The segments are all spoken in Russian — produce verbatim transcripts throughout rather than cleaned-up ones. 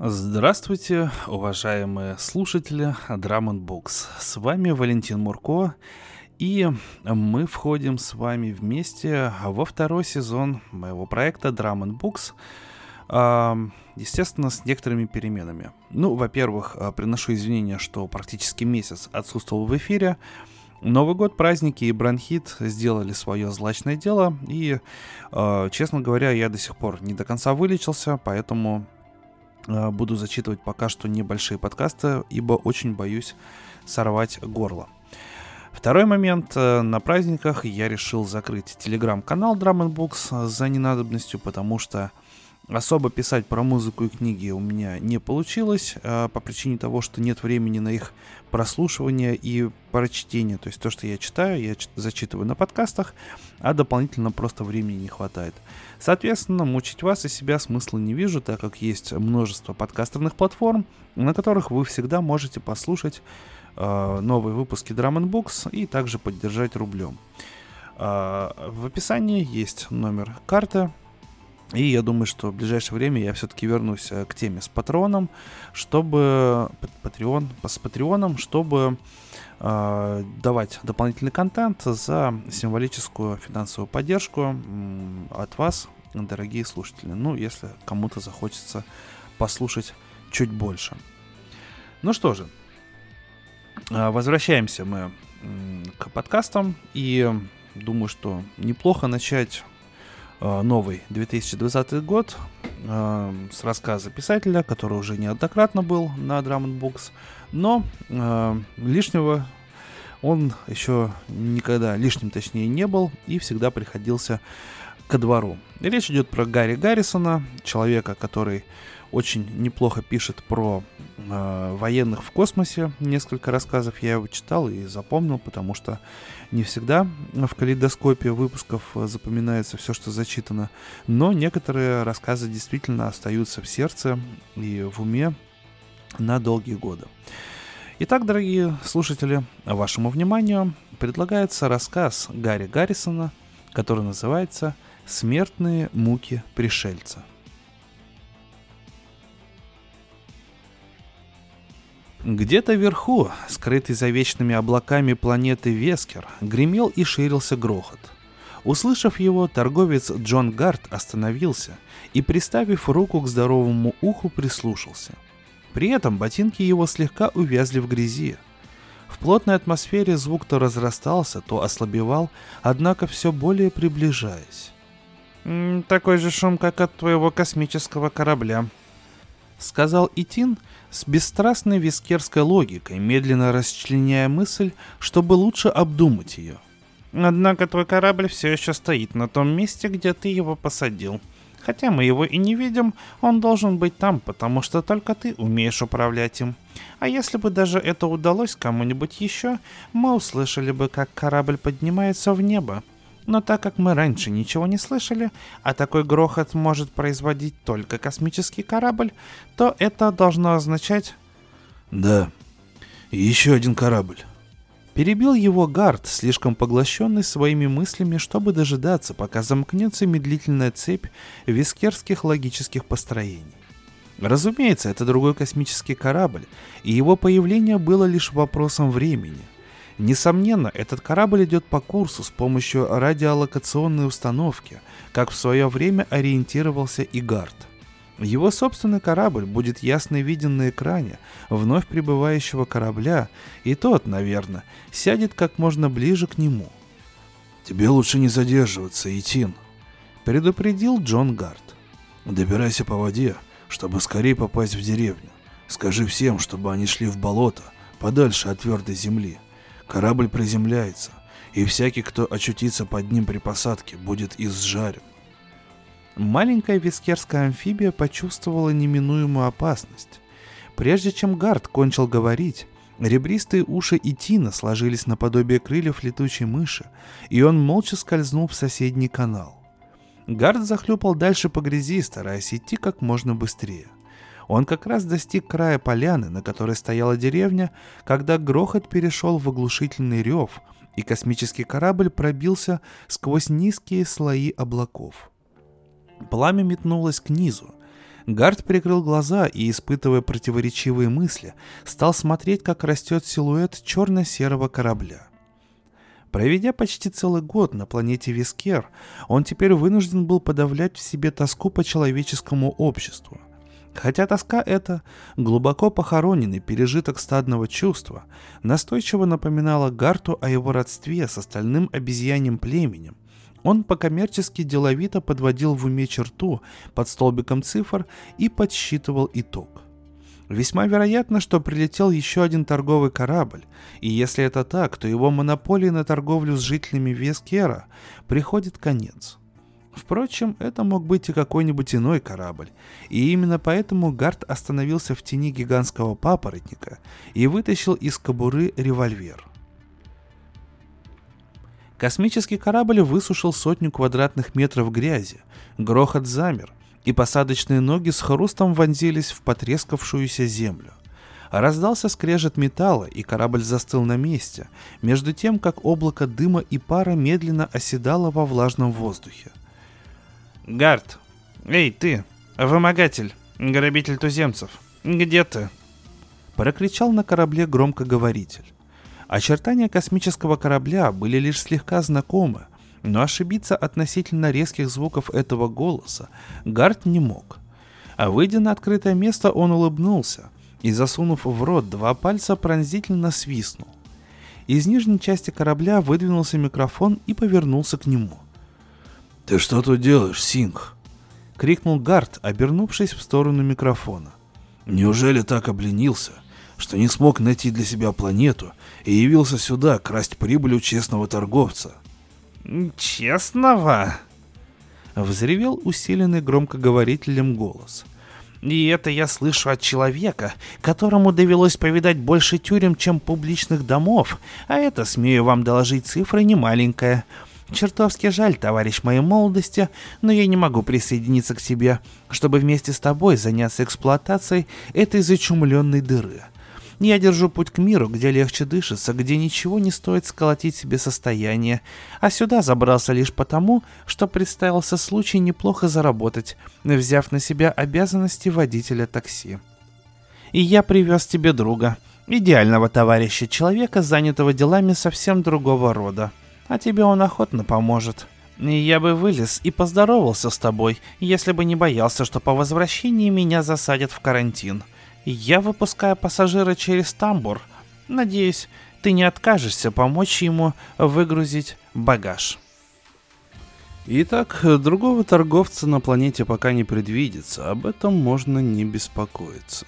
Здравствуйте, уважаемые слушатели Drum and Books. С вами Валентин Мурко, и мы входим с вами вместе во второй сезон моего проекта Drum and Books, естественно, с некоторыми переменами. Ну, во-первых, приношу извинения, что практически месяц отсутствовал в эфире. Новый год, праздники и бронхит сделали свое злачное дело, и, честно говоря, я до сих пор не до конца вылечился, поэтому буду зачитывать пока что небольшие подкасты, ибо очень боюсь сорвать горло. Второй момент. На праздниках я решил закрыть телеграм-канал Drum and Books за ненадобностью, потому что особо писать про музыку и книги у меня не получилось, по причине того, что нет времени на их прослушивание и прочтение. То есть то, что я читаю, я зачитываю на подкастах, а дополнительно просто времени не хватает. Соответственно, мучить вас и себя смысла не вижу, так как есть множество подкастерных платформ, на которых вы всегда можете послушать э, новые выпуски Drum and Books и также поддержать рублем. Э, в описании есть номер карты. И я думаю, что в ближайшее время я все-таки вернусь к теме с Патреоном, чтобы Patreon, с Патреоном, чтобы э, давать дополнительный контент за символическую финансовую поддержку м, от вас, дорогие слушатели. Ну, если кому-то захочется послушать чуть больше. Ну что же, э, возвращаемся мы м, к подкастам, и думаю, что неплохо начать новый две тысячи двадцатый год э, с рассказа писателя, который уже неоднократно был на Drum and Books, но э, лишнего он еще никогда лишним, точнее, не был и всегда приходился ко двору. И речь идет про Гарри Гаррисона, человека, который очень неплохо пишет про э, военных в космосе. Несколько рассказов я его читал и запомнил, потому что не всегда в калейдоскопе выпусков запоминается все, что зачитано, но некоторые рассказы действительно остаются в сердце и в уме на долгие годы. Итак, дорогие слушатели, вашему вниманию предлагается рассказ Гарри Гаррисона, который называется «Смертные муки пришельца». Где-то вверху, скрытый за вечными облаками планеты Вескер, гремел и ширился грохот. Услышав его, торговец Джон Гарт остановился и, приставив руку к здоровому уху, прислушался. При этом ботинки его слегка увязли в грязи. В плотной атмосфере звук то разрастался, то ослабевал, однако все более приближаясь. «М-м, «Такой же шум, как от твоего космического корабля», — сказал Итин с бесстрастной вискерской логикой, медленно расчленяя мысль, чтобы лучше обдумать ее. «Однако твой корабль все еще стоит на том месте, где ты его посадил. Хотя мы его и не видим, он должен быть там, потому что только ты умеешь управлять им. А если бы даже это удалось кому-нибудь еще, мы услышали бы, как корабль поднимается в небо. Но так как мы раньше ничего не слышали, а такой грохот может производить только космический корабль, то это должно означать...» «Да, еще один корабль», — перебил его Гарт, слишком поглощенный своими мыслями, чтобы дожидаться, пока замкнется медлительная цепь вискерских логических построений. Разумеется, это другой космический корабль, и его появление было лишь вопросом времени. Несомненно, этот корабль идет по курсу с помощью радиолокационной установки, как в свое время ориентировался и Гарт. Его собственный корабль будет ясно виден на экране вновь прибывающего корабля, и тот, наверное, сядет как можно ближе к нему. «Тебе лучше не задерживаться, Итин», — предупредил Джон Гарт. «Добирайся по воде, чтобы скорее попасть в деревню. Скажи всем, чтобы они шли в болото, подальше от твердой земли. Корабль приземляется, и всякий, кто очутится под ним при посадке, будет изжарен». Маленькая вискерская амфибия почувствовала неминуемую опасность. Прежде чем Гарт кончил говорить, ребристые уши Итина сложились наподобие крыльев летучей мыши, и он молча скользнул в соседний канал. Гарт захлюпал дальше по грязи, стараясь идти как можно быстрее. Он как раз достиг края поляны, на которой стояла деревня, когда грохот перешел в оглушительный рев, и космический корабль пробился сквозь низкие слои облаков. Пламя метнулось к низу. Гард прикрыл глаза и, испытывая противоречивые мысли, стал смотреть, как растет силуэт черно-серого корабля. Проведя почти целый год на планете Вискер, он теперь вынужден был подавлять в себе тоску по человеческому обществу. Хотя тоска эта, глубоко похороненный пережиток стадного чувства, настойчиво напоминала Гарту о его родстве с остальным обезьяньим племенем, он по-коммерчески деловито подводил в уме черту под столбиком цифр и подсчитывал итог. Весьма вероятно, что прилетел еще один торговый корабль, и если это так, то его монополии на торговлю с жителями Вескера приходит конец. Впрочем, это мог быть и какой-нибудь иной корабль, и именно поэтому Гард остановился в тени гигантского папоротника и вытащил из кобуры револьвер. Космический корабль высушил сотню квадратных метров грязи, грохот замер, и посадочные ноги с хрустом вонзились в потрескавшуюся землю. Раздался скрежет металла, и корабль застыл на месте, между тем, как облако дыма и пара медленно оседало во влажном воздухе. «Гард! Эй, ты! Вымогатель! Грабитель туземцев! Где ты?» Прокричал на корабле громкоговоритель. Очертания космического корабля были лишь слегка знакомы, но ошибиться относительно резких звуков этого голоса Гард не мог. А выйдя на открытое место, он улыбнулся и, засунув в рот два пальца, пронзительно свистнул. Из нижней части корабля выдвинулся микрофон и повернулся к нему. «Ты что тут делаешь, Сингх?» — крикнул Гард, обернувшись в сторону микрофона. «Неужели так обленился, что не смог найти для себя планету и явился сюда красть прибыль у честного торговца?» «Честного?» — взревел усиленный громкоговорителем голос. «И это я слышу от человека, которому довелось повидать больше тюрем, чем публичных домов, а это, смею вам доложить, цифра немаленькая. Чертовски жаль, товарищ моей молодости, но я не могу присоединиться к тебе, чтобы вместе с тобой заняться эксплуатацией этой зачумленной дыры. Я держу путь к миру, где легче дышится, где ничего не стоит сколотить себе состояние, а сюда забрался лишь потому, что представился случай неплохо заработать, взяв на себя обязанности водителя такси. И я привез тебе друга, идеального товарища, человека, занятого делами совсем другого рода, а тебе он охотно поможет. И я бы вылез и поздоровался с тобой, если бы не боялся, что по возвращении меня засадят в карантин. Я выпускаю пассажира через тамбур. Надеюсь, ты не откажешься помочь ему выгрузить багаж». Итак, другого торговца на планете пока не предвидится, об этом можно не беспокоиться.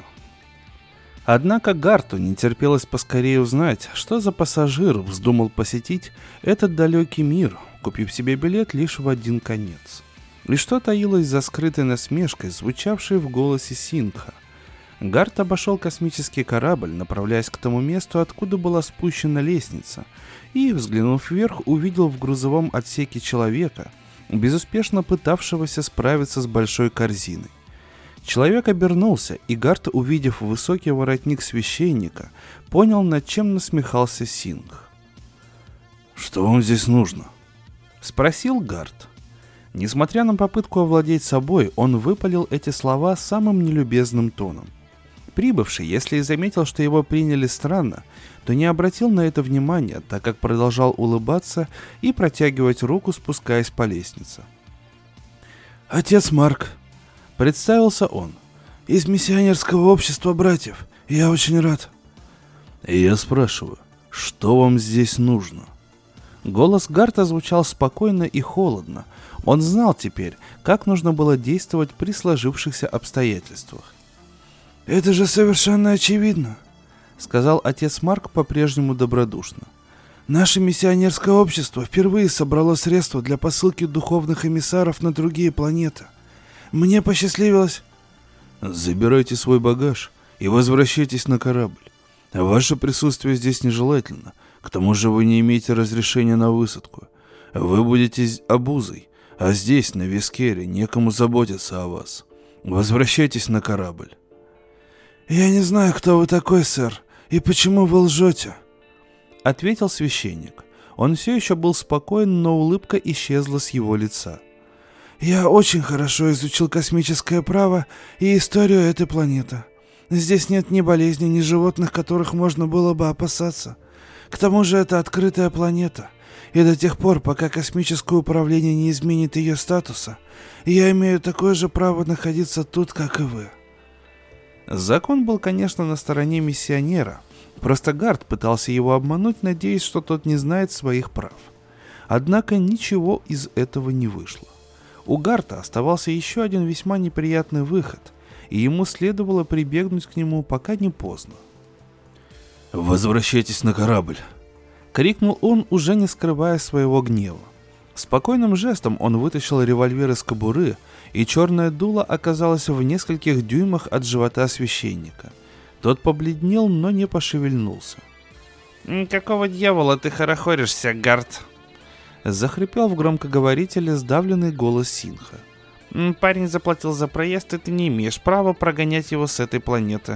Однако Гарту не терпелось поскорее узнать, что за пассажир вздумал посетить этот далекий мир, купив себе билет лишь в один конец. И что таилось за скрытой насмешкой, звучавшей в голосе Сингха. Гард обошел космический корабль, направляясь к тому месту, откуда была спущена лестница, и, взглянув вверх, увидел в грузовом отсеке человека, безуспешно пытавшегося справиться с большой корзиной. Человек обернулся, и Гард, увидев высокий воротник священника, понял, над чем насмехался Сингх. «Что вам здесь нужно?» — спросил Гард. Несмотря на попытку овладеть собой, он выпалил эти слова самым нелюбезным тоном. Прибывший, если и заметил, что его приняли странно, то не обратил на это внимания, так как продолжал улыбаться и протягивать руку, спускаясь по лестнице. «Отец Марк», — представился он, — «из миссионерского общества братьев. Я очень рад». И я спрашиваю, что вам здесь нужно? Голос Гарта звучал спокойно и холодно. Он знал теперь, как нужно было действовать при сложившихся обстоятельствах. «Это же совершенно очевидно», — сказал отец Марк по-прежнему добродушно. «Наше миссионерское общество впервые собрало средства для посылки духовных эмиссаров на другие планеты. Мне посчастливилось...» «Забирайте свой багаж и возвращайтесь на корабль. Ваше присутствие здесь нежелательно. К тому же вы не имеете разрешения на высадку. Вы будете обузой, а здесь, на Вискере, некому заботиться о вас. Возвращайтесь на корабль». «Я не знаю, кто вы такой, сэр, и почему вы лжете», — ответил священник. Он все еще был спокоен, но улыбка исчезла с его лица. Я очень хорошо изучил космическое право и историю этой планеты. Здесь нет ни болезней, ни животных, которых можно было бы опасаться. К тому же это открытая планета, и до тех пор, пока космическое управление не изменит ее статуса, я имею такое же право находиться тут, как и вы. Закон был, конечно, на стороне миссионера. Просто Гарт пытался его обмануть, надеясь, что тот не знает своих прав. Однако ничего из этого не вышло. У Гарта оставался еще один весьма неприятный выход, и ему следовало прибегнуть к нему, пока не поздно. «Возвращайтесь на корабль!» — крикнул он, уже не скрывая своего гнева. Спокойным жестом он вытащил револьвер из кобуры, и черное дуло оказалось в нескольких дюймах от живота священника. Тот побледнел, но не пошевельнулся. «Какого дьявола ты хорохоришься, Гарт?» — захрипел в громкоговорителе сдавленный голос Синха. «Парень заплатил за проезд, и ты не имеешь права прогонять его с этой планеты».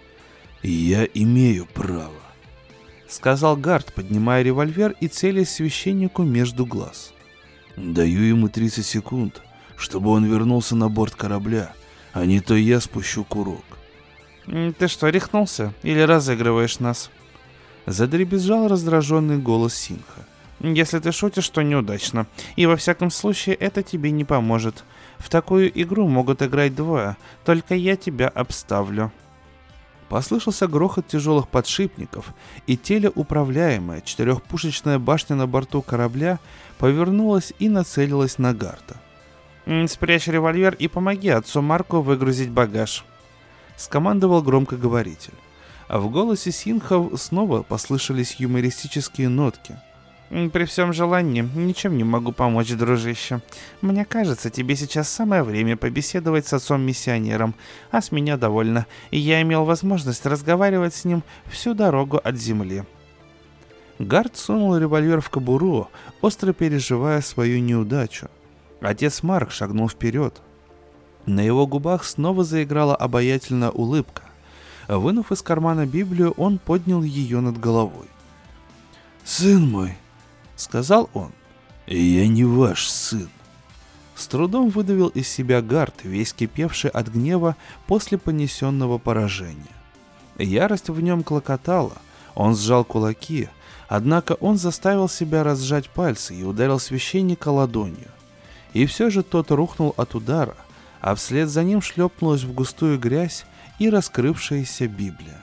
«Я имею право», — сказал Гарт, поднимая револьвер и целясь священнику между глаз. «Даю ему тридцать секунд, чтобы он вернулся на борт корабля, а не то я спущу курок». «Ты что, рехнулся? Или разыгрываешь нас?» Задребезжал раздраженный голос Синха. «Если ты шутишь, то неудачно, и во всяком случае это тебе не поможет. В такую игру могут играть двое, только я тебя обставлю». Послышался грохот тяжелых подшипников, и телеуправляемая четырехпушечная башня на борту корабля повернулась и нацелилась на Гарта. «Спрячь револьвер и помоги отцу Марку выгрузить багаж», — скомандовал громкоговоритель. А в голосе Синха снова послышались юмористические нотки. «При всем желании ничем не могу помочь, дружище. Мне кажется, тебе сейчас самое время побеседовать с отцом-миссионером, а с меня довольно, и я имел возможность разговаривать с ним всю дорогу от земли». Гарт сунул револьвер в кобуру, остро переживая свою неудачу. Отец Марк шагнул вперед. На его губах снова заиграла обаятельная улыбка. Вынув из кармана Библию, он поднял ее над головой. «Сын мой», — сказал он, — «я не ваш сын». С трудом выдавил из себя Гарт, весь кипевший от гнева после понесенного поражения. Ярость в нем клокотала, он сжал кулаки, однако он заставил себя разжать пальцы и ударил священника ладонью. И все же тот рухнул от удара, а вслед за ним шлепнулась в густую грязь и раскрывшаяся Библия.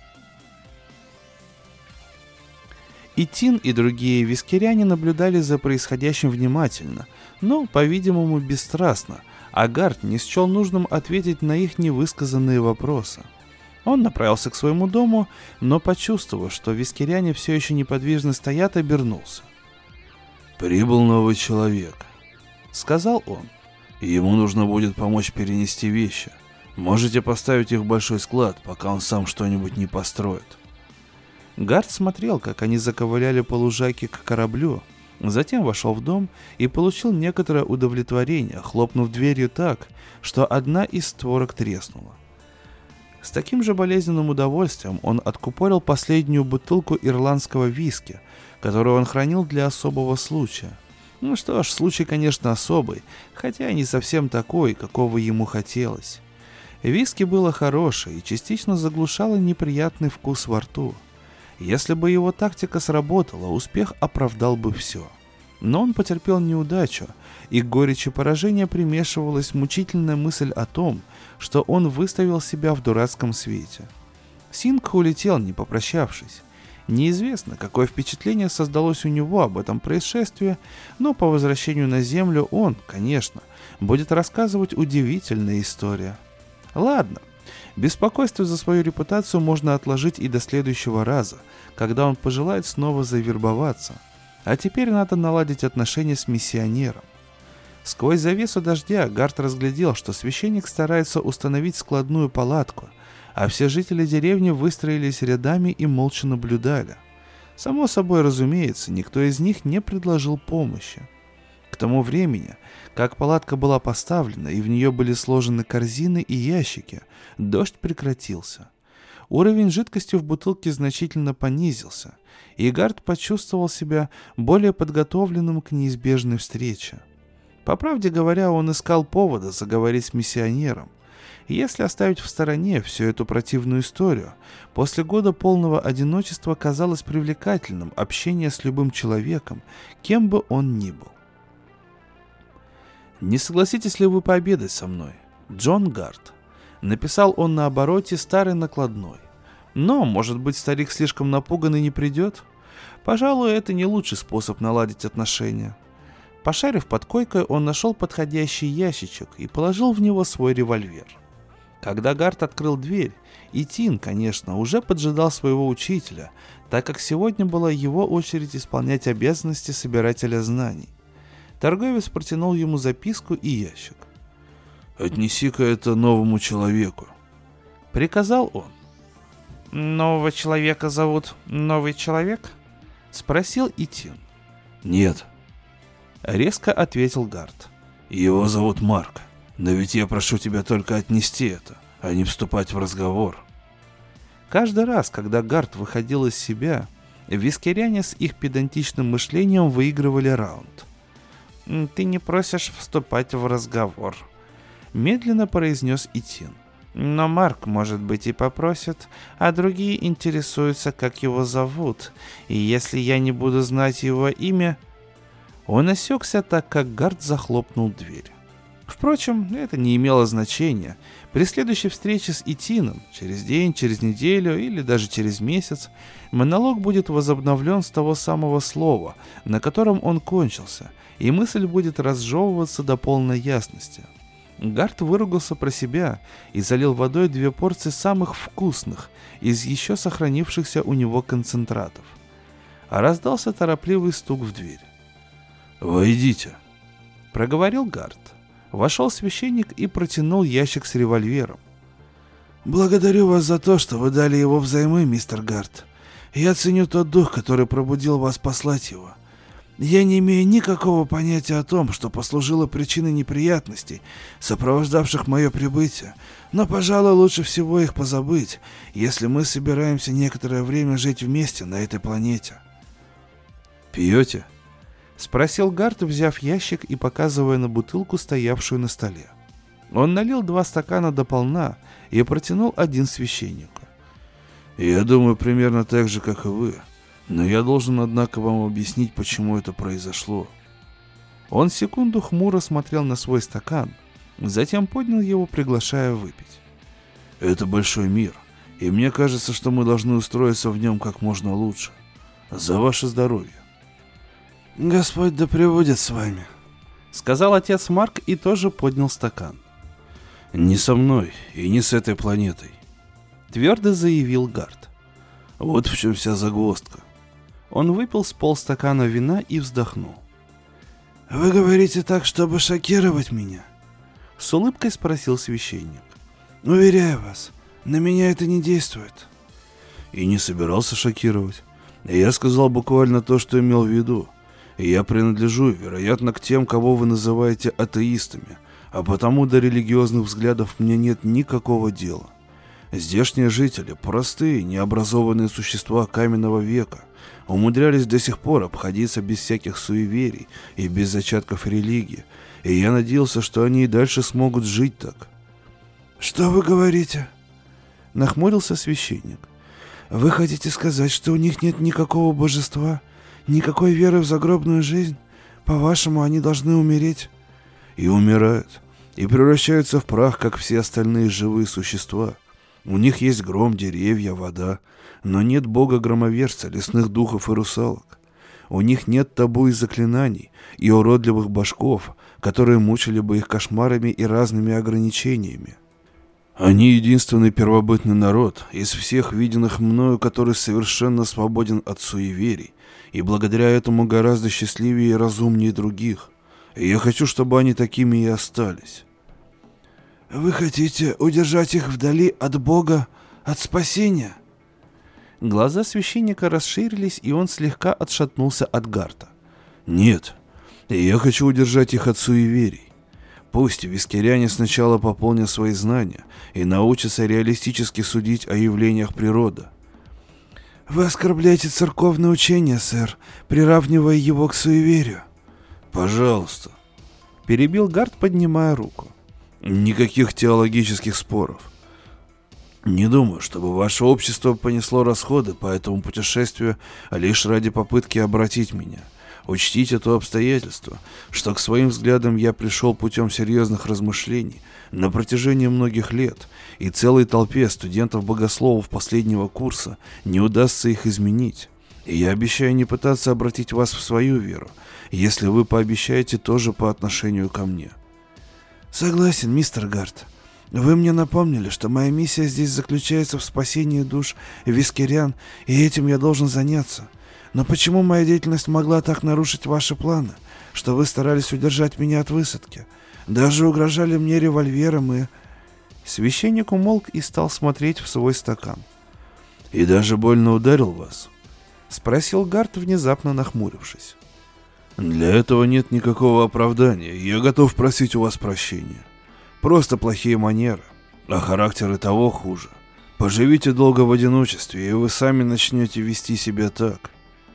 И Тин, и другие вискеряне наблюдали за происходящим внимательно, но, по-видимому, бесстрастно, а Гарт не счел нужным ответить на их невысказанные вопросы. Он направился к своему дому, но, почувствовав, что вискеряне все еще неподвижно стоят, обернулся. «Прибыл новый человек», — сказал он. «Ему нужно будет помочь перенести вещи. Можете поставить их в большой склад, пока он сам что-нибудь не построит». Гарт смотрел, как они заковыляли по лужайке к кораблю, затем вошел в дом и получил некоторое удовлетворение, хлопнув дверью так, что одна из створок треснула. С таким же болезненным удовольствием он откупорил последнюю бутылку ирландского виски, которую он хранил для особого случая. Ну что ж, случай, конечно, особый, хотя и не совсем такой, какого ему хотелось. Виски было хорошее и частично заглушало неприятный вкус во рту. Если бы его тактика сработала, успех оправдал бы все. Но он потерпел неудачу, и к горечи поражения примешивалась мучительная мысль о том, что он выставил себя в дурацком свете. Синг улетел, не попрощавшись. Неизвестно, какое впечатление создалось у него об этом происшествии, но по возвращению на Землю он, конечно, будет рассказывать удивительные истории. Ладно. Беспокойство за свою репутацию можно отложить и до следующего раза, когда он пожелает снова завербоваться. А теперь надо наладить отношения с миссионером. Сквозь завесу дождя Гарт разглядел, что священник старается установить складную палатку, а все жители деревни выстроились рядами и молча наблюдали. Само собой разумеется, никто из них не предложил помощи. К тому времени, как палатка была поставлена и в нее были сложены корзины и ящики, дождь прекратился. Уровень жидкости в бутылке значительно понизился, и Гарт почувствовал себя более подготовленным к неизбежной встрече. По правде говоря, он искал повода заговорить с миссионером. Если оставить в стороне всю эту противную историю, после года полного одиночества казалось привлекательным общение с любым человеком, кем бы он ни был. «Не согласитесь ли вы пообедать со мной? Джон Гарт», — написал он на обороте старой накладной. «Но, может быть, старик слишком напуган и не придет? Пожалуй, это не лучший способ наладить отношения». Пошарив под койкой, он нашел подходящий ящичек и положил в него свой револьвер. Когда Гарт открыл дверь, Итин, конечно, уже поджидал своего учителя, так как сегодня была его очередь исполнять обязанности собирателя знаний. Торговец протянул ему записку и ящик. «Отнеси-ка это новому человеку», — приказал он. «Нового человека зовут Новый Человек?» — спросил Итин. «Нет», — резко ответил Гарт. «Его зовут Марк. Но ведь я прошу тебя только отнести это, а не вступать в разговор». Каждый раз, когда Гарт выходил из себя, вискеряне с их педантичным мышлением выигрывали раунд. «Ты не просишь вступать в разговор», — медленно произнес Итин. «Но Марк, может быть, и попросит, а другие интересуются, как его зовут, и если я не буду знать его имя...» Он осекся, так как Гарт захлопнул дверь. Впрочем, это не имело значения. При следующей встрече с Итином, через день, через неделю или даже через месяц, монолог будет возобновлен с того самого слова, на котором он кончился, и мысль будет разжевываться до полной ясности. Гарт выругался про себя и залил водой две порции самых вкусных из еще сохранившихся у него концентратов. А раздался торопливый стук в дверь. «Войдите», — проговорил Гарт. Вошел священник и протянул ящик с револьвером. «Благодарю вас за то, что вы дали его взаймы, мистер Гарт. Я ценю тот дух, который пробудил вас послать его. Я не имею никакого понятия о том, что послужило причиной неприятностей, сопровождавших мое прибытие, но, пожалуй, лучше всего их позабыть, если мы собираемся некоторое время жить вместе на этой планете». «Пьете?» — спросил Гарт, взяв ящик и показывая на бутылку, стоявшую на столе. Он налил два стакана до полна и протянул один священнику. «Я думаю, примерно так же, как и вы. Но я должен, однако, вам объяснить, почему это произошло». Он секунду хмуро смотрел на свой стакан, затем поднял его, приглашая выпить. «Это большой мир, и мне кажется, что мы должны устроиться в нем как можно лучше. За ваше здоровье». «Господь да пребудет с вами», — сказал отец Марк и тоже поднял стакан. «Не со мной и не с этой планетой», — твердо заявил Гарт. «Вот в чем вся загвоздка». Он выпил с полстакана вина и вздохнул. «Вы говорите так, чтобы шокировать меня?» — с улыбкой спросил священник. «Уверяю вас, на меня это не действует». «И не собирался шокировать. Я сказал буквально то, что имел в виду. Я принадлежу, вероятно, к тем, кого вы называете атеистами, а потому до религиозных взглядов мне нет никакого дела. Здешние жители, простые, необразованные существа каменного века, умудрялись до сих пор обходиться без всяких суеверий и без зачатков религии, и я надеялся, что они и дальше смогут жить так». «Что вы говорите?» — нахмурился священник. «Вы хотите сказать, что у них нет никакого божества? Никакой веры в загробную жизнь? По-вашему, они должны умереть?» «И умирают, и превращаются в прах, как все остальные живые существа. У них есть гром, деревья, вода, но нет бога-громовержца, лесных духов и русалок. У них нет табу и заклинаний, и уродливых башков, которые мучили бы их кошмарами и разными ограничениями. Они единственный первобытный народ из всех виденных мною, который совершенно свободен от суеверий, и благодаря этому гораздо счастливее и разумнее других. И я хочу, чтобы они такими и остались». «Вы хотите удержать их вдали от Бога, от спасения?» Глаза священника расширились, и он слегка отшатнулся от Гарта. «Нет, я хочу удержать их от суеверий. Пусть вискеряне сначала пополнят свои знания и научатся реалистически судить о явлениях природы». «Вы оскорбляете церковное учение, сэр, приравнивая его к суеверию». «Пожалуйста», Перебил Гард, поднимая руку. Никаких теологических споров. Не думаю, чтобы ваше общество понесло расходы по этому путешествию лишь ради попытки обратить меня. Учтите то обстоятельство, что к своим взглядам я пришел путем серьезных размышлений на протяжении многих лет, и целой толпе студентов-богословов последнего курса не удастся их изменить. И я обещаю не пытаться обратить вас в свою веру, если вы пообещаете тоже по отношению ко мне. Согласен, мистер Гард. Вы мне напомнили, что моя миссия здесь заключается в спасении душ вискерян, и этим я должен заняться. Но почему моя деятельность могла так нарушить ваши планы, что вы старались удержать меня от высадки? Даже угрожали мне револьвером и... Священник умолк и стал смотреть в свой стакан. «И даже больно ударил вас?» — спросил Гард, внезапно нахмурившись. «Для этого нет никакого оправдания. Я готов просить у вас прощения. Просто плохие манеры, а характер и того хуже. Поживите долго в одиночестве, и вы сами начнете вести себя так».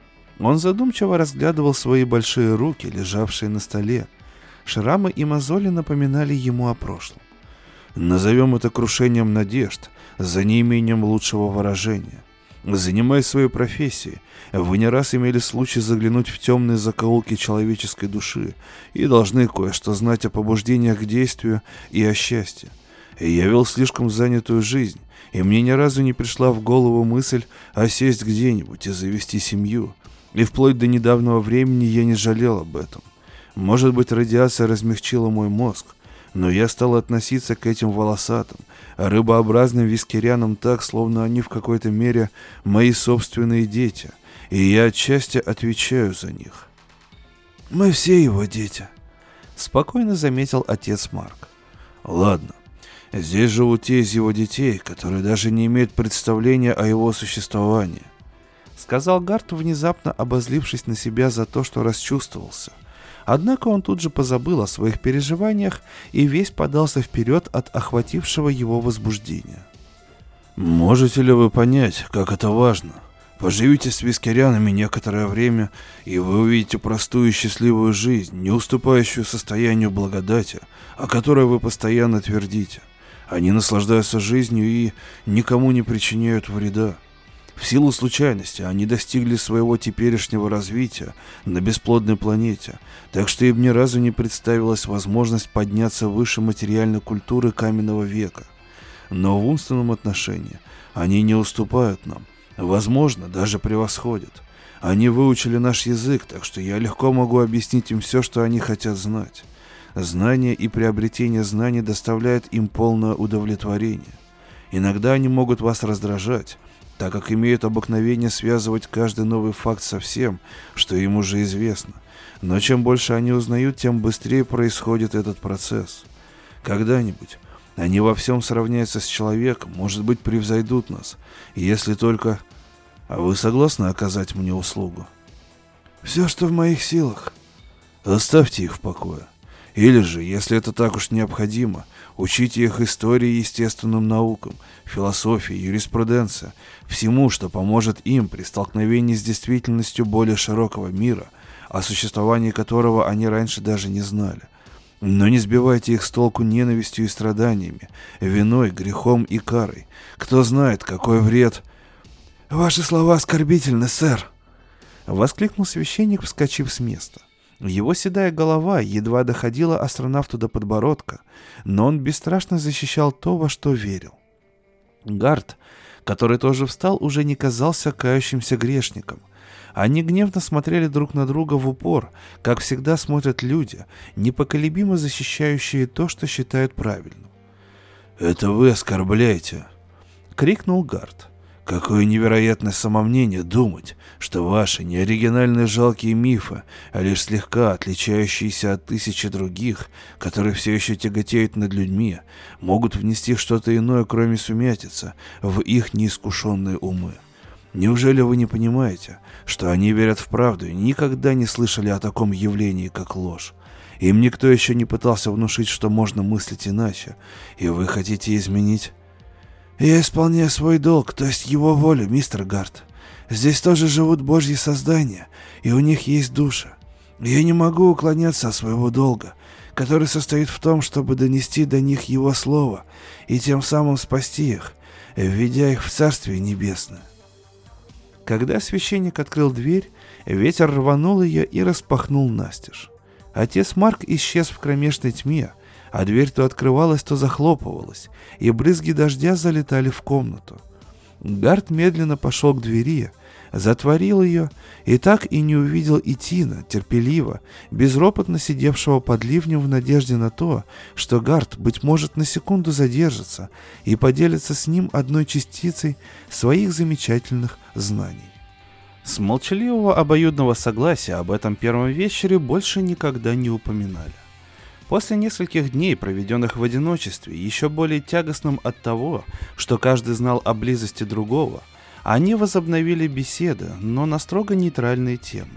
Он задумчиво разглядывал свои большие руки, лежавшие на столе. Шрамы и мозоли напоминали ему о прошлом. Назовем это крушением надежд, за неимением лучшего выражения. Занимаясь своей профессией, вы не раз имели случай заглянуть в темные закоулки человеческой души и должны кое-что знать о побуждениях к действию и о счастье. Я вел слишком занятую жизнь, и мне ни разу не пришла в голову мысль осесть где-нибудь и завести семью. И вплоть до недавнего времени я не жалел об этом. Может быть, радиация размягчила мой мозг, но я стал относиться к этим волосатым, рыбообразным вискерянам так, словно они в какой-то мере мои собственные дети, и я отчасти отвечаю за них. «Мы все его дети», — спокойно заметил отец Марк. «Ладно, здесь живут те из его детей, которые даже не имеют представления о его существовании», — сказал Гард, внезапно обозлившись на себя за то, что расчувствовался. Однако он тут же позабыл о своих переживаниях и весь подался вперед от охватившего его возбуждения. «Можете ли вы понять, как это важно? Поживите с вискерянами некоторое время, и вы увидите простую и счастливую жизнь, не уступающую состоянию благодати, о которой вы постоянно твердите. Они наслаждаются жизнью и никому не причиняют вреда. В силу случайности они достигли своего теперешнего развития на бесплодной планете, так что им ни разу не представилась возможность подняться выше материальной культуры каменного века. Но в умственном отношении они не уступают нам, возможно, даже превосходят. Они выучили наш язык, так что я легко могу объяснить им все, что они хотят знать. Знание и приобретение знаний доставляет им полное удовлетворение. Иногда они могут вас раздражать, так как имеют обыкновение связывать каждый новый факт со всем, что им уже известно. Но чем больше они узнают, тем быстрее происходит этот процесс. Когда-нибудь они во всем сравняются с человеком, может быть, превзойдут нас, если только... А вы согласны оказать мне услугу? «Все, что в моих силах». «Оставьте их в покое. Или же, если это так уж необходимо, учите их истории и естественным наукам, философии, юриспруденции, всему, что поможет им при столкновении с действительностью более широкого мира, о существовании которого они раньше даже не знали. Но не сбивайте их с толку ненавистью и страданиями, виной, грехом и карой. Кто знает, какой вред...» «Ваши слова оскорбительны, сэр!» — воскликнул священник, вскочив с места. Его седая голова едва доходила астронавту до подбородка, но он бесстрашно защищал то, во что верил. Гард, который тоже встал, уже не казался кающимся грешником. Они гневно смотрели друг на друга в упор, как всегда смотрят люди, непоколебимо защищающие то, что считают правильным. «Это вы оскорбляете!» — крикнул Гард. «Какое невероятное самомнение думать, что ваши неоригинальные жалкие мифы, а лишь слегка отличающиеся от тысячи других, которые все еще тяготеют над людьми, могут внести что-то иное, кроме сумятицы, в их неискушенные умы. Неужели вы не понимаете, что они верят в правду и никогда не слышали о таком явлении, как ложь? Им никто еще не пытался внушить, что можно мыслить иначе, и вы хотите изменить?» «Я исполняю свой долг, то есть его волю, мистер Гард. Здесь тоже живут божьи создания, и у них есть души. Я не могу уклоняться от своего долга. который состоит в том, чтобы донести до них его слово и тем самым спасти их, введя их в Царствие Небесное». Когда священник открыл дверь, ветер рванул ее и распахнул настежь. Отец Марк исчез в кромешной тьме, а дверь то открывалась, то захлопывалась, и брызги дождя залетали в комнату. Гарт медленно пошел к двери, затворил ее и так и не увидел Итина, терпеливо, безропотно сидевшего под ливнем в надежде на то, что Гарт, быть может, на секунду задержится и поделится с ним одной частицей своих замечательных знаний. С молчаливого обоюдного согласия об этом первом вечере больше никогда не упоминали. После нескольких дней, проведенных в одиночестве, еще более тягостным от того, что каждый знал о близости другого, они возобновили беседы, но на строго нейтральные темы.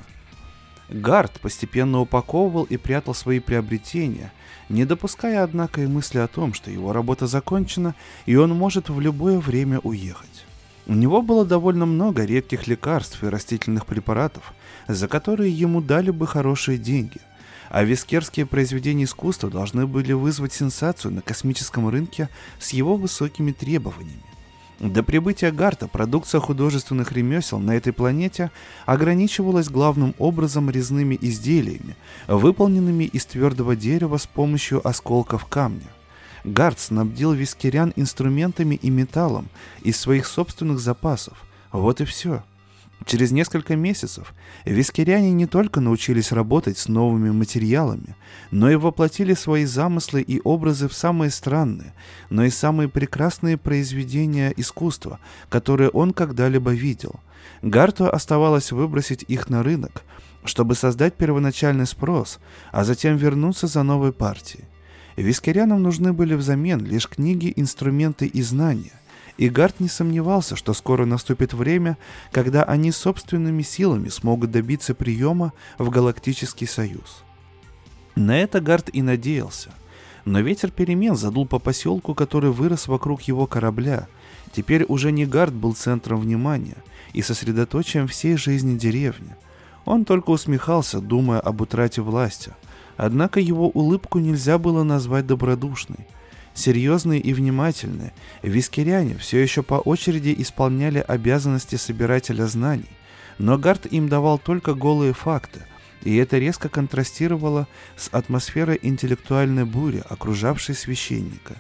Гарт постепенно упаковывал и прятал свои приобретения, не допуская, однако, и мысли о том, что его работа закончена, и он может в любое время уехать. У него было довольно много редких лекарств и растительных препаратов, за которые ему дали бы хорошие деньги, а вискерские произведения искусства должны были вызвать сенсацию на космическом рынке с его высокими требованиями. До прибытия Гарта продукция художественных ремесел на этой планете ограничивалась главным образом резными изделиями, выполненными из твердого дерева с помощью осколков камня. Гарт снабдил вискерян инструментами и металлом из своих собственных запасов. Вот и все. Через несколько месяцев вискеряне не только научились работать с новыми материалами, но и воплотили свои замыслы и образы в самые странные, но и самые прекрасные произведения искусства, которые он когда-либо видел. Гарту оставалось выбросить их на рынок, чтобы создать первоначальный спрос, а затем вернуться за новой партией. Вискерянам нужны были взамен лишь книги, инструменты и знания, и Гарт не сомневался, что скоро наступит время, когда они собственными силами смогут добиться приема в Галактический Союз. На это Гарт и надеялся. Но ветер перемен задул по поселку, который вырос вокруг его корабля. Теперь уже не Гарт был центром внимания и сосредоточием всей жизни деревни. Он только усмехался, думая об утрате власти. Однако его улыбку нельзя было назвать добродушной. Серьезные и внимательные, вискеряне все еще по очереди исполняли обязанности собирателя знаний, но Гарт им давал только голые факты, и это резко контрастировало с атмосферой интеллектуальной бури, окружавшей священника.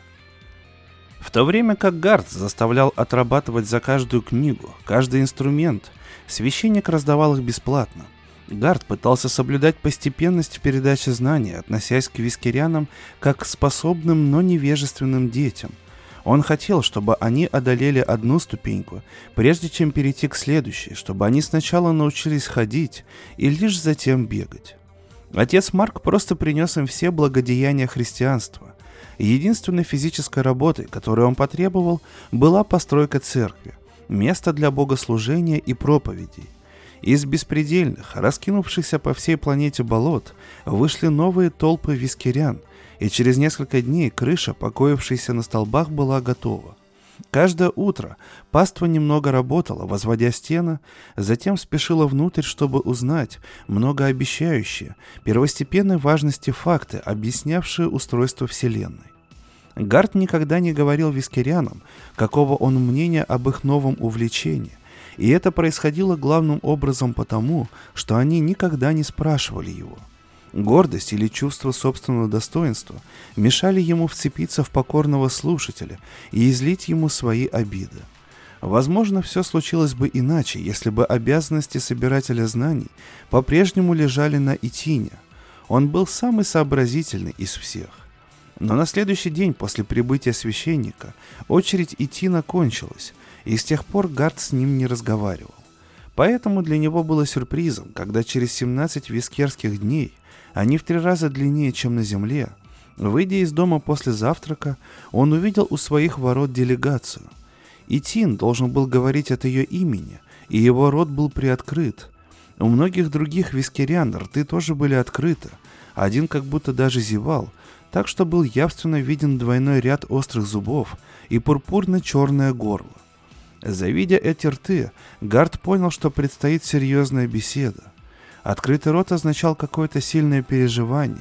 В то время как Гарт заставлял отрабатывать за каждую книгу, каждый инструмент, священник раздавал их бесплатно. Гарт пытался соблюдать постепенность в передаче знаний, относясь к вискерянам как к способным, но невежественным детям. Он хотел, чтобы они одолели одну ступеньку, прежде чем перейти к следующей, чтобы они сначала научились ходить и лишь затем бегать. Отец Марк просто принес им все благодеяния христианства. Единственной физической работой, которую он потребовал, была постройка церкви, место для богослужения и проповедей. Из беспредельных, раскинувшихся по всей планете болот, вышли новые толпы вискерян, и через несколько дней крыша, покоившаяся на столбах, была готова. Каждое утро паства немного работала, возводя стены, затем спешила внутрь, чтобы узнать многообещающие, первостепенной важности факты, объяснявшие устройство Вселенной. Гарт никогда не говорил вискерянам, какого он мнения об их новом увлечении, и это происходило главным образом потому, что они никогда не спрашивали его. Гордость или чувство собственного достоинства мешали ему вцепиться в покорного слушателя и излить ему свои обиды. Возможно, все случилось бы иначе, если бы обязанности собирателя знаний по-прежнему лежали на Итине. Он был самый сообразительный из всех. Но на следующий день после прибытия священника очередь Итина кончилась, и с тех пор Гарт с ним не разговаривал. Поэтому для него было сюрпризом, когда через семнадцать вискерских дней, они в три раза длиннее, чем на Земле, выйдя из дома после завтрака, он увидел у своих ворот делегацию. Итин должен был говорить от ее имени, и его рот был приоткрыт. У многих других вискерян рты тоже были открыты, один как будто даже зевал, так что был явственно виден двойной ряд острых зубов и пурпурно-черное горло. Завидя эти рты, Гарт понял, что предстоит серьезная беседа. Открытый рот означал какое-то сильное переживание,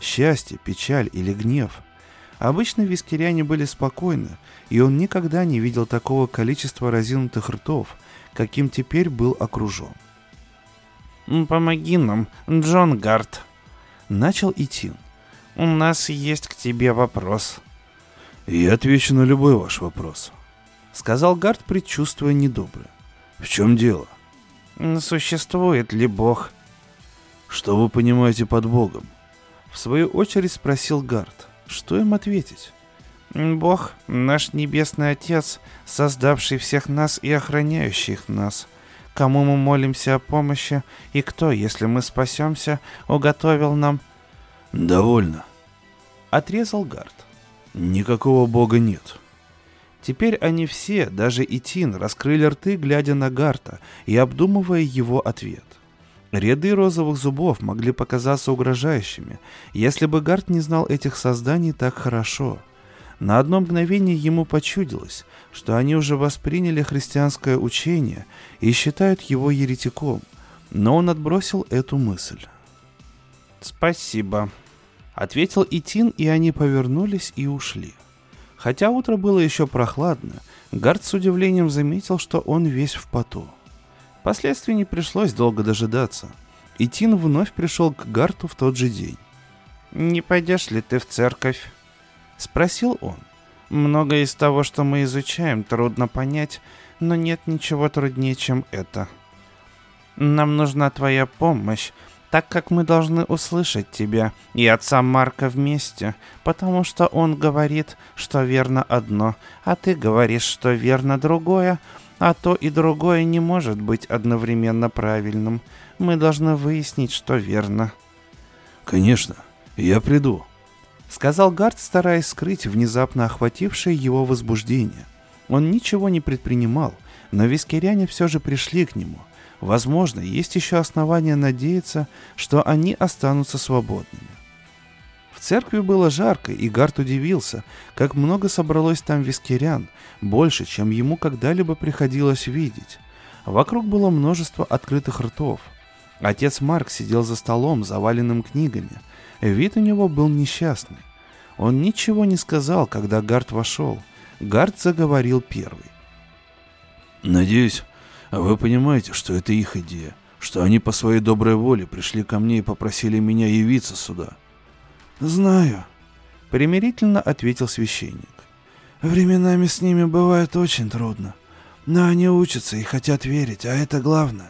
счастье, печаль или гнев. Обычно вискиряне были спокойны, и он никогда не видел такого количества разинутых ртов, каким теперь был окружен. «Помоги нам, Джон Гарт», — начал Итин. «У нас есть к тебе вопрос». «Я отвечу на любой ваш вопрос», — сказал Гарт, предчувствуя недоброе. «В чем дело?» «Существует ли Бог?» «Что вы понимаете под Богом?» В свою очередь спросил Гарт. Что им ответить? «Бог, наш Небесный Отец, создавший всех нас и охраняющий нас, кому мы молимся о помощи, и кто, если мы спасемся, уготовил нам...» «Довольно», — отрезал Гарт. «Никакого Бога нет». Теперь они все, даже Итин, раскрыли рты, глядя на Гарта и обдумывая его ответ. Ряды розовых зубов могли показаться угрожающими, если бы Гарт не знал этих созданий так хорошо. На одно мгновение ему почудилось, что они уже восприняли христианское учение и считают его еретиком, но он отбросил эту мысль. «Спасибо», — ответил Итин, и они повернулись и ушли. Хотя утро было еще прохладно, Гарт с удивлением заметил, что он весь в поту. Впоследствии не пришлось долго дожидаться. Итин вновь пришел к Гарту в тот же день. «Не пойдешь ли ты в церковь?» — спросил он. «Многое из того, что мы изучаем, трудно понять, но нет ничего труднее, чем это. Нам нужна твоя помощь, так как мы должны услышать тебя и отца Марка вместе, потому что он говорит, что верно одно, а ты говоришь, что верно другое, а то и другое не может быть одновременно правильным. Мы должны выяснить, что верно». «Конечно, я приду», — сказал Гарт, стараясь скрыть внезапно охватившее его возбуждение. Он ничего не предпринимал, но вискиряне все же пришли к нему. Возможно, есть еще основания надеяться, что они останутся свободными. В церкви было жарко, и Гарт удивился, как много собралось там вискирян, больше, чем ему когда-либо приходилось видеть. Вокруг было множество открытых ртов. Отец Марк сидел за столом, заваленным книгами. Вид у него был несчастный. Он ничего не сказал, когда Гарт вошел. Гарт заговорил первый. «Надеюсь, вы понимаете, что это их идея, что они по своей доброй воле пришли ко мне и попросили меня явиться сюда». «Знаю», — примирительно ответил священник. «Временами с ними бывает очень трудно, но они учатся и хотят верить, а это главное».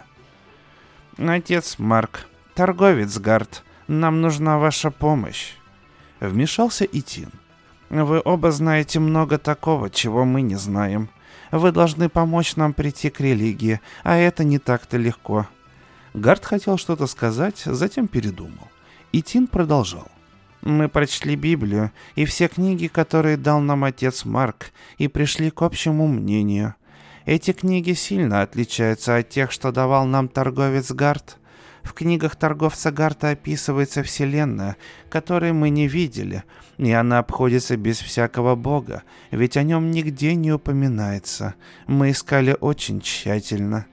«Отец Марк, торговец Гарт, нам нужна ваша помощь», — вмешался Итин. «Вы оба знаете много такого, чего мы не знаем. Вы должны помочь нам прийти к религии, а это не так-то легко». Гарт хотел что-то сказать, затем передумал. Итин продолжал. «Мы прочли Библию и все книги, которые дал нам отец Марк, и пришли к общему мнению. Эти книги сильно отличаются от тех, что давал нам торговец Гарт. В книгах торговца Гарта описывается вселенная, которой мы не видели, и она обходится без всякого бога, ведь о нем нигде не упоминается. Мы искали очень тщательно.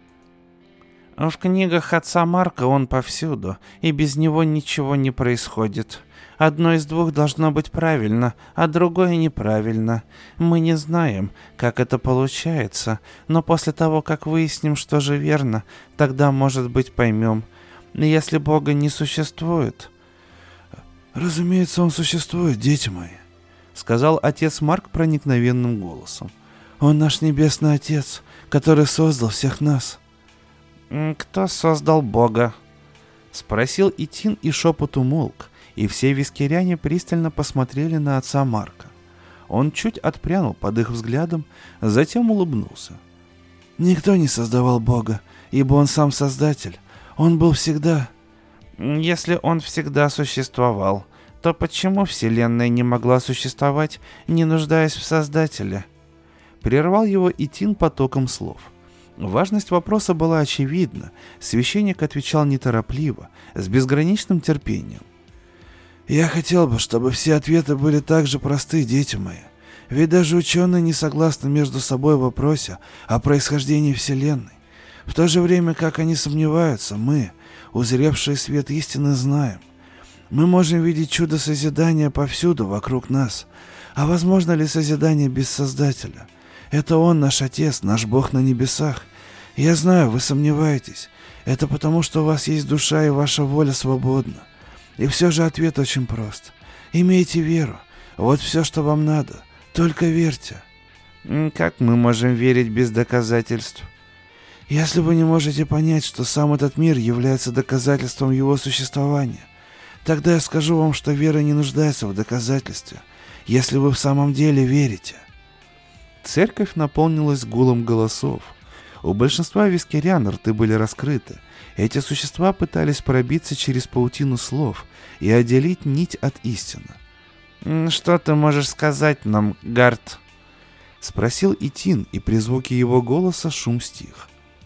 В книгах отца Марка он повсюду, и без него ничего не происходит. Одно из двух должно быть правильно, а другое неправильно. Мы не знаем, как это получается, но после того, как выясним, что же верно, тогда, может быть, поймем. Если Бога не существует...» «Разумеется, он существует, дети мои», — сказал отец Марк проникновенным голосом. «Он наш Небесный Отец, который создал всех нас». «Кто создал Бога?» — спросил Итин, и шепот умолк, и все вискиряне пристально посмотрели на отца Марка. Он чуть отпрянул под их взглядом, затем улыбнулся. «Никто не создавал Бога, ибо он сам Создатель. Он был всегда...» «Если он всегда существовал, то почему Вселенная не могла существовать, не нуждаясь в Создателе?» Прервал его Итин потоком слов. Важность вопроса была очевидна. Священник отвечал неторопливо, с безграничным терпением. «Я хотел бы, чтобы все ответы были так же просты, дети мои. Ведь даже ученые не согласны между собой в вопросе о происхождении Вселенной. В то же время, как они сомневаются, мы, узревшие свет истины, знаем. Мы можем видеть чудо созидания повсюду вокруг нас. А возможно ли созидание без Создателя? Это Он наш Отец, наш Бог на небесах. Я знаю, вы сомневаетесь. Это потому, что у вас есть душа и ваша воля свободна. И все же ответ очень прост. Имейте веру. Вот все, что вам надо. Только верьте. Как мы можем верить без доказательств? Если вы не можете понять, что сам этот мир является доказательством его существования, тогда я скажу вам, что вера не нуждается в доказательстве, если вы в самом деле верите. Церковь наполнилась гулом голосов. У большинства вискарян рты были раскрыты. Эти существа пытались пробиться через паутину слов и отделить нить от истины. «Что ты можешь сказать нам, Гарт?» — спросил Итин, и при звуке его голоса шум стих.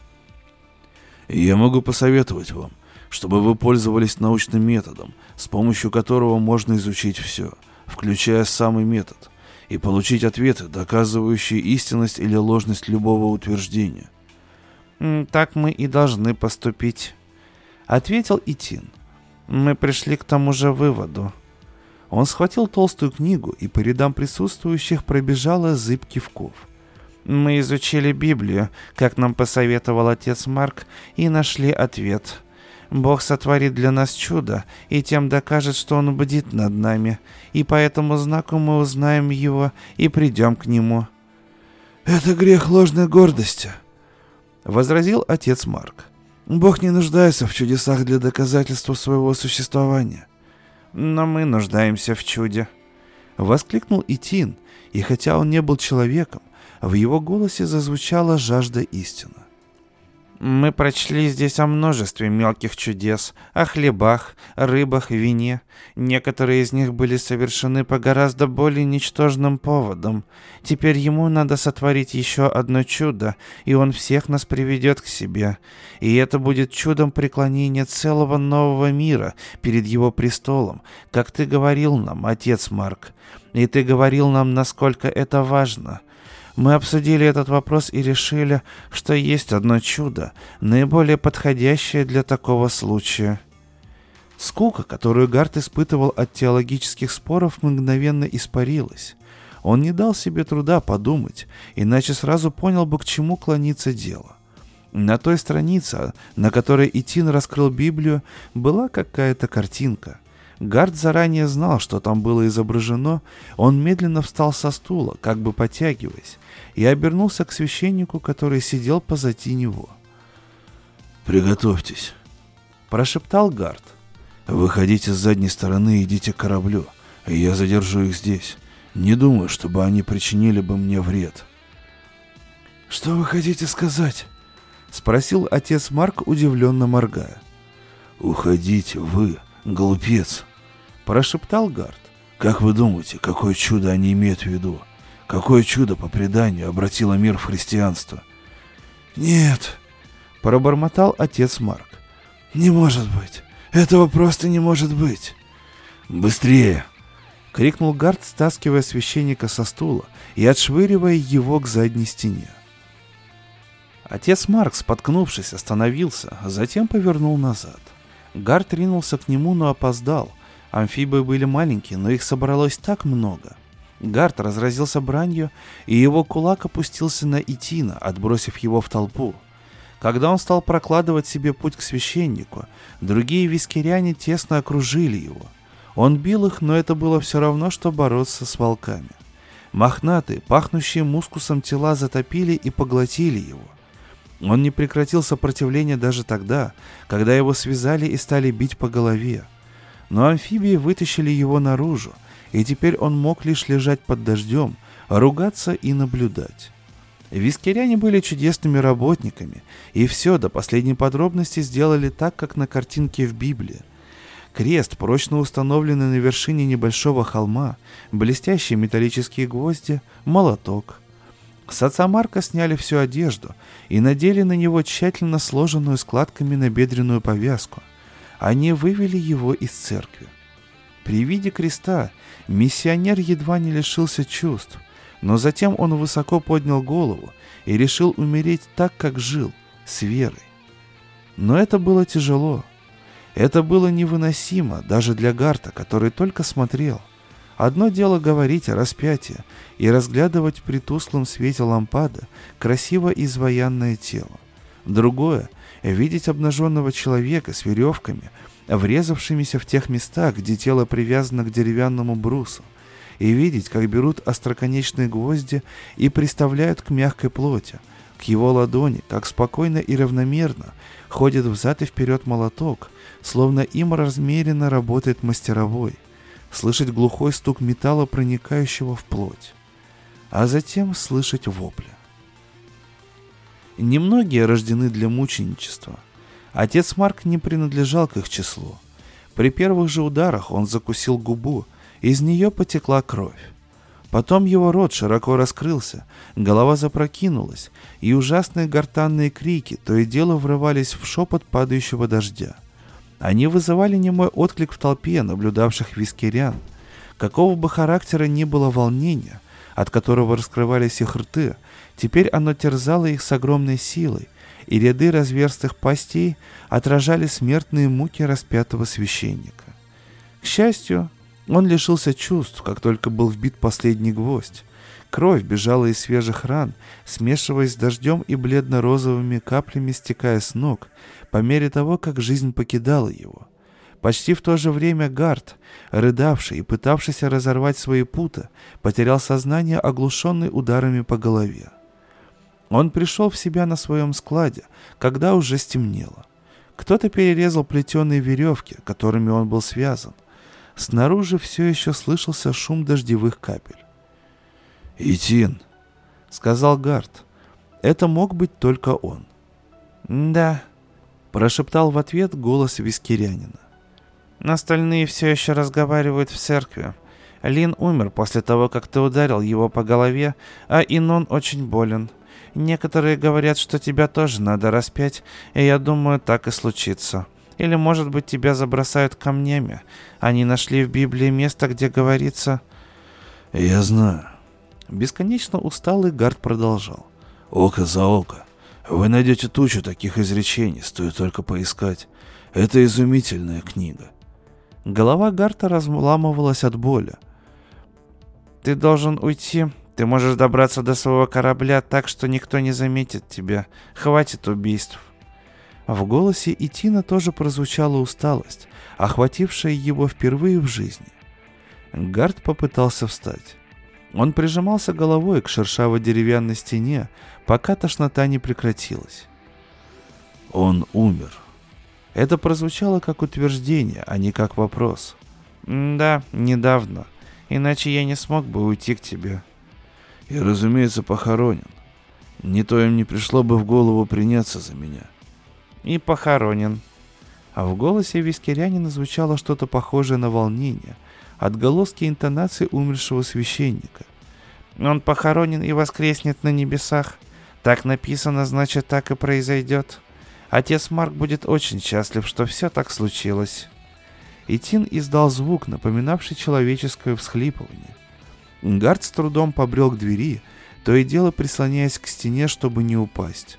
«Я могу посоветовать вам, чтобы вы пользовались научным методом, с помощью которого можно изучить все, включая самый метод, и получить ответы, доказывающие истинность или ложность любого утверждения». «Так мы и должны поступить», — ответил Итин. «Мы пришли к тому же выводу». Он схватил толстую книгу, и по рядам присутствующих пробежала зыбь кивков. «Мы изучили Библию, как нам посоветовал отец Марк, и нашли ответ. Бог сотворит для нас чудо, и тем докажет, что Он бдит над нами, и по этому знаку мы узнаем Его и придем к Нему». «Это грех ложной гордости», — возразил отец Марк. «Бог не нуждается в чудесах для доказательства своего существования». «Но мы нуждаемся в чуде», — воскликнул Итин, и хотя он не был человеком, в его голосе зазвучала жажда истины. «Мы прочли здесь о множестве мелких чудес, о хлебах, рыбах, вине. Некоторые из них были совершены по гораздо более ничтожным поводам. Теперь ему надо сотворить еще одно чудо, и он всех нас приведет к себе. И это будет чудом преклонения целого нового мира перед его престолом, как ты говорил нам, отец Марк. И ты говорил нам, насколько это важно». Мы обсудили этот вопрос и решили, что есть одно чудо, наиболее подходящее для такого случая. Скука, которую Гарт испытывал от теологических споров, мгновенно испарилась. Он не дал себе труда подумать, иначе сразу понял бы, к чему клонится дело. На той странице, на которой Итин раскрыл Библию, была какая-то картинка. Гарт заранее знал, что там было изображено. Он медленно встал со стула, как бы потягиваясь, и обернулся к священнику, который сидел позади него. «Приготовьтесь», — прошептал Гарт. «Выходите с задней стороны и идите к кораблю, и я задержу их здесь. Не думаю, чтобы они причинили бы мне вред». «Что вы хотите сказать?» — спросил отец Марк, удивленно моргая. «Уходите вы, глупец», — прошептал Гарт. «Как вы думаете, какое чудо они имеют в виду? Какое чудо, по преданию, обратило мир в христианство?» «Нет», — пробормотал отец Марк. «Не может быть. Этого просто не может быть». «Быстрее!» — крикнул Гарт, стаскивая священника со стула и отшвыривая его к задней стене. Отец Марк, споткнувшись, остановился, а затем повернул назад. Гарт ринулся к нему, но опоздал. Амфибии были маленькие, но их собралось так много. Гарт разразился бранью, и его кулак опустился на Итина, отбросив его в толпу. Когда он стал прокладывать себе путь к священнику, другие вискаряне тесно окружили его. Он бил их, но это было все равно, что бороться с волками. Мохнатые, пахнущие мускусом тела затопили и поглотили его. Он не прекратил сопротивления даже тогда, когда его связали и стали бить по голове. Но амфибии вытащили его наружу, и теперь он мог лишь лежать под дождем, ругаться и наблюдать. Вискаряне были чудесными работниками, и все до последней подробности сделали так, как на картинке в Библии. Крест, прочно установленный на вершине небольшого холма, блестящие металлические гвозди, молоток. С отца Марка сняли всю одежду и надели на него тщательно сложенную складками набедренную повязку. Они вывели его из церкви. При виде креста миссионер едва не лишился чувств, но затем он высоко поднял голову и решил умереть так, как жил, с верой. Но это было тяжело. Это было невыносимо даже для Гарта, который только смотрел. Одно дело говорить о распятии и разглядывать при тусклом свете лампады красиво изваянное тело. Другое — видеть обнаженного человека с веревками, врезавшимися в тех местах, где тело привязано к деревянному брусу, и видеть, как берут остроконечные гвозди и приставляют к мягкой плоти, к его ладони, как спокойно и равномерно ходит взад и вперед молоток, словно им размеренно работает мастеровой, слышать глухой стук металла, проникающего в плоть, а затем слышать вопли. Немногие рождены для мученичества. Отец Марк не принадлежал к их числу. При первых же ударах он закусил губу, из нее потекла кровь. Потом его рот широко раскрылся, голова запрокинулась, и ужасные гортанные крики то и дело врывались в шепот падающего дождя. Они вызывали немой отклик в толпе наблюдавших вискерян. Какого бы характера ни было волнения, от которого раскрывались их рты, теперь оно терзало их с огромной силой, и ряды разверстых пастей отражали смертные муки распятого священника. К счастью, он лишился чувств, как только был вбит последний гвоздь. Кровь бежала из свежих ран, смешиваясь с дождем и бледно-розовыми каплями стекая с ног, по мере того, как жизнь покидала его. Почти в то же время Гарт, рыдавший и пытавшийся разорвать свои путы, потерял сознание, оглушенный ударами по голове. Он пришел в себя на своем складе, когда уже стемнело. Кто-то перерезал плетеные веревки, которыми он был связан. Снаружи все еще слышался шум дождевых капель. «Итин», — сказал Гарт. Это мог быть только он. «Да», — прошептал в ответ голос вискерянина. «Остальные все еще разговаривают в церкви. Лин умер после того, как ты ударил его по голове, а Инон очень болен. Некоторые говорят, что тебя тоже надо распять, и я думаю, так и случится. Или, может быть, тебя забросают камнями. Они нашли в Библии место, где говорится...» «Я знаю». Бесконечно усталый Гарт продолжал. «Око за око. Вы найдете тучу таких изречений, стоит только поискать. Это изумительная книга». Голова Гарта разламывалась от боли. «Ты должен уйти. Ты можешь добраться до своего корабля так, что никто не заметит тебя. Хватит убийств». В голосе Итина тоже прозвучала усталость, охватившая его впервые в жизни. Гарт попытался встать. Он прижимался головой к шершавой деревянной стене, пока тошнота не прекратилась. «Он умер». Это прозвучало как утверждение, а не как вопрос. «Да, недавно. Иначе я не смог бы уйти к тебе». «И, разумеется, похоронен. Не то им не пришло бы в голову приняться за меня». «И похоронен». А в голосе вискерянина звучало что-то похожее на волнение, отголоски интонации умершего священника. «Он похоронен и воскреснет на небесах. Так написано, значит, так и произойдет. Отец Марк будет очень счастлив, что все так случилось». Итин издал звук, напоминавший человеческое всхлипывание. Гарт с трудом побрел к двери, то и дело прислоняясь к стене, чтобы не упасть.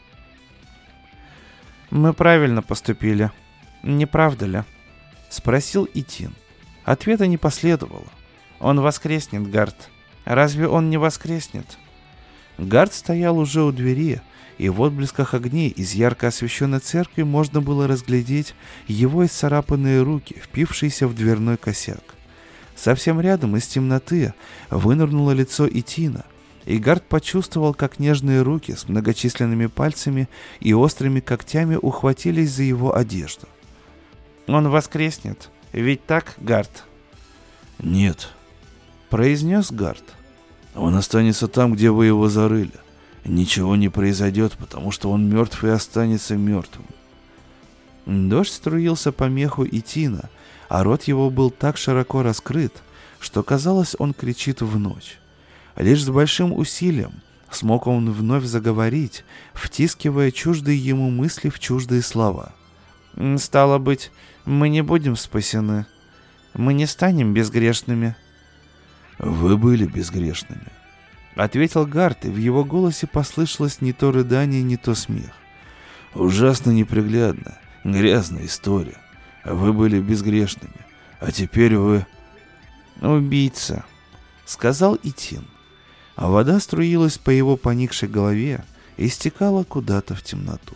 «Мы правильно поступили, не правда ли?» — спросил Итин. Ответа не последовало. «Он воскреснет, Гарт. Разве он не воскреснет?» Гарт стоял уже у двери, и в отблесках огней из ярко освещенной церкви можно было разглядеть его исцарапанные руки, впившиеся в дверной косяк. Совсем рядом из темноты вынырнуло лицо Итина, и Гарт почувствовал, как нежные руки с многочисленными пальцами и острыми когтями ухватились за его одежду. «Он воскреснет. Ведь так, Гарт?» «Нет», — произнес Гарт. «Он останется там, где вы его зарыли. Ничего не произойдет, потому что он мертв и останется мертвым». Дождь струился по меху Итина, а рот его был так широко раскрыт, что казалось, он кричит в ночь. Лишь с большим усилием смог он вновь заговорить, втискивая чуждые ему мысли в чуждые слова. «Стало быть, мы не будем спасены. Мы не станем безгрешными». «Вы были безгрешными», — ответил Гарт, и в его голосе послышалось не то рыдание, не то смех. «Ужасно неприглядная, грязная история. Вы были безгрешными, а теперь вы... «Убийца», — сказал Итин, а вода струилась по его поникшей голове и стекала куда-то в темноту.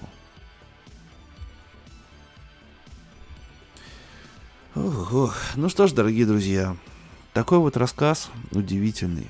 Ого. Ну что ж, дорогие друзья, такой вот рассказ удивительный.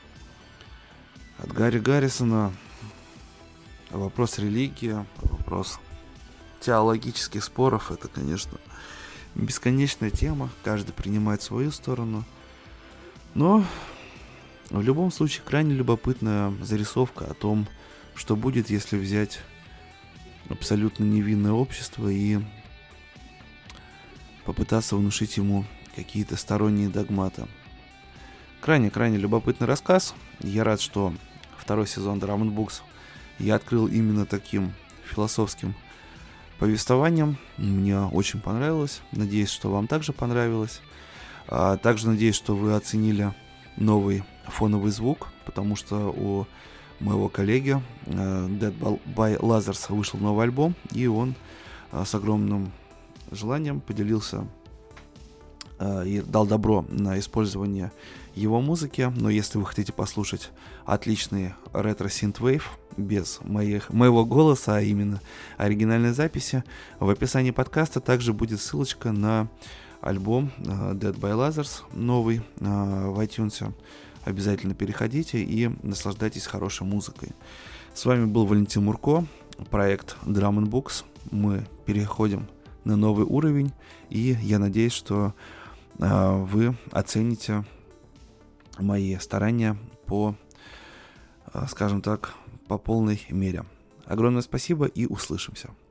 От Гарри Гаррисона. Вопрос религии, вопрос теологических споров, это, конечно, бесконечная тема, каждый принимает свою сторону. Но в любом случае крайне любопытная зарисовка о том, что будет, если взять абсолютно невинное общество и попытаться внушить ему какие-то сторонние догматы. Крайне-крайне любопытный рассказ. Я рад, что второй сезон Drum and Books я открыл именно таким философским повествованием. Мне очень понравилось. Надеюсь, что вам также понравилось. А также надеюсь, что вы оценили новый фоновый звук, потому что у моего коллеги Dead by Lazarus вышел новый альбом, и он с огромным желанием поделился и дал добро на использование его музыки. Но если вы хотите послушать отличный ретро-синтвейв без моих, моего голоса, а именно оригинальной записи, в описании подкаста также будет ссылочка на альбом Dead by Lazarus новый в iTunes. Обязательно переходите и наслаждайтесь хорошей музыкой. С вами был Валентин Мурко, проект Drum and Books. Мы переходим на новый уровень, и я надеюсь, что э, вы оцените мои старания по, э, скажем так, по полной мере. Огромное спасибо и услышимся.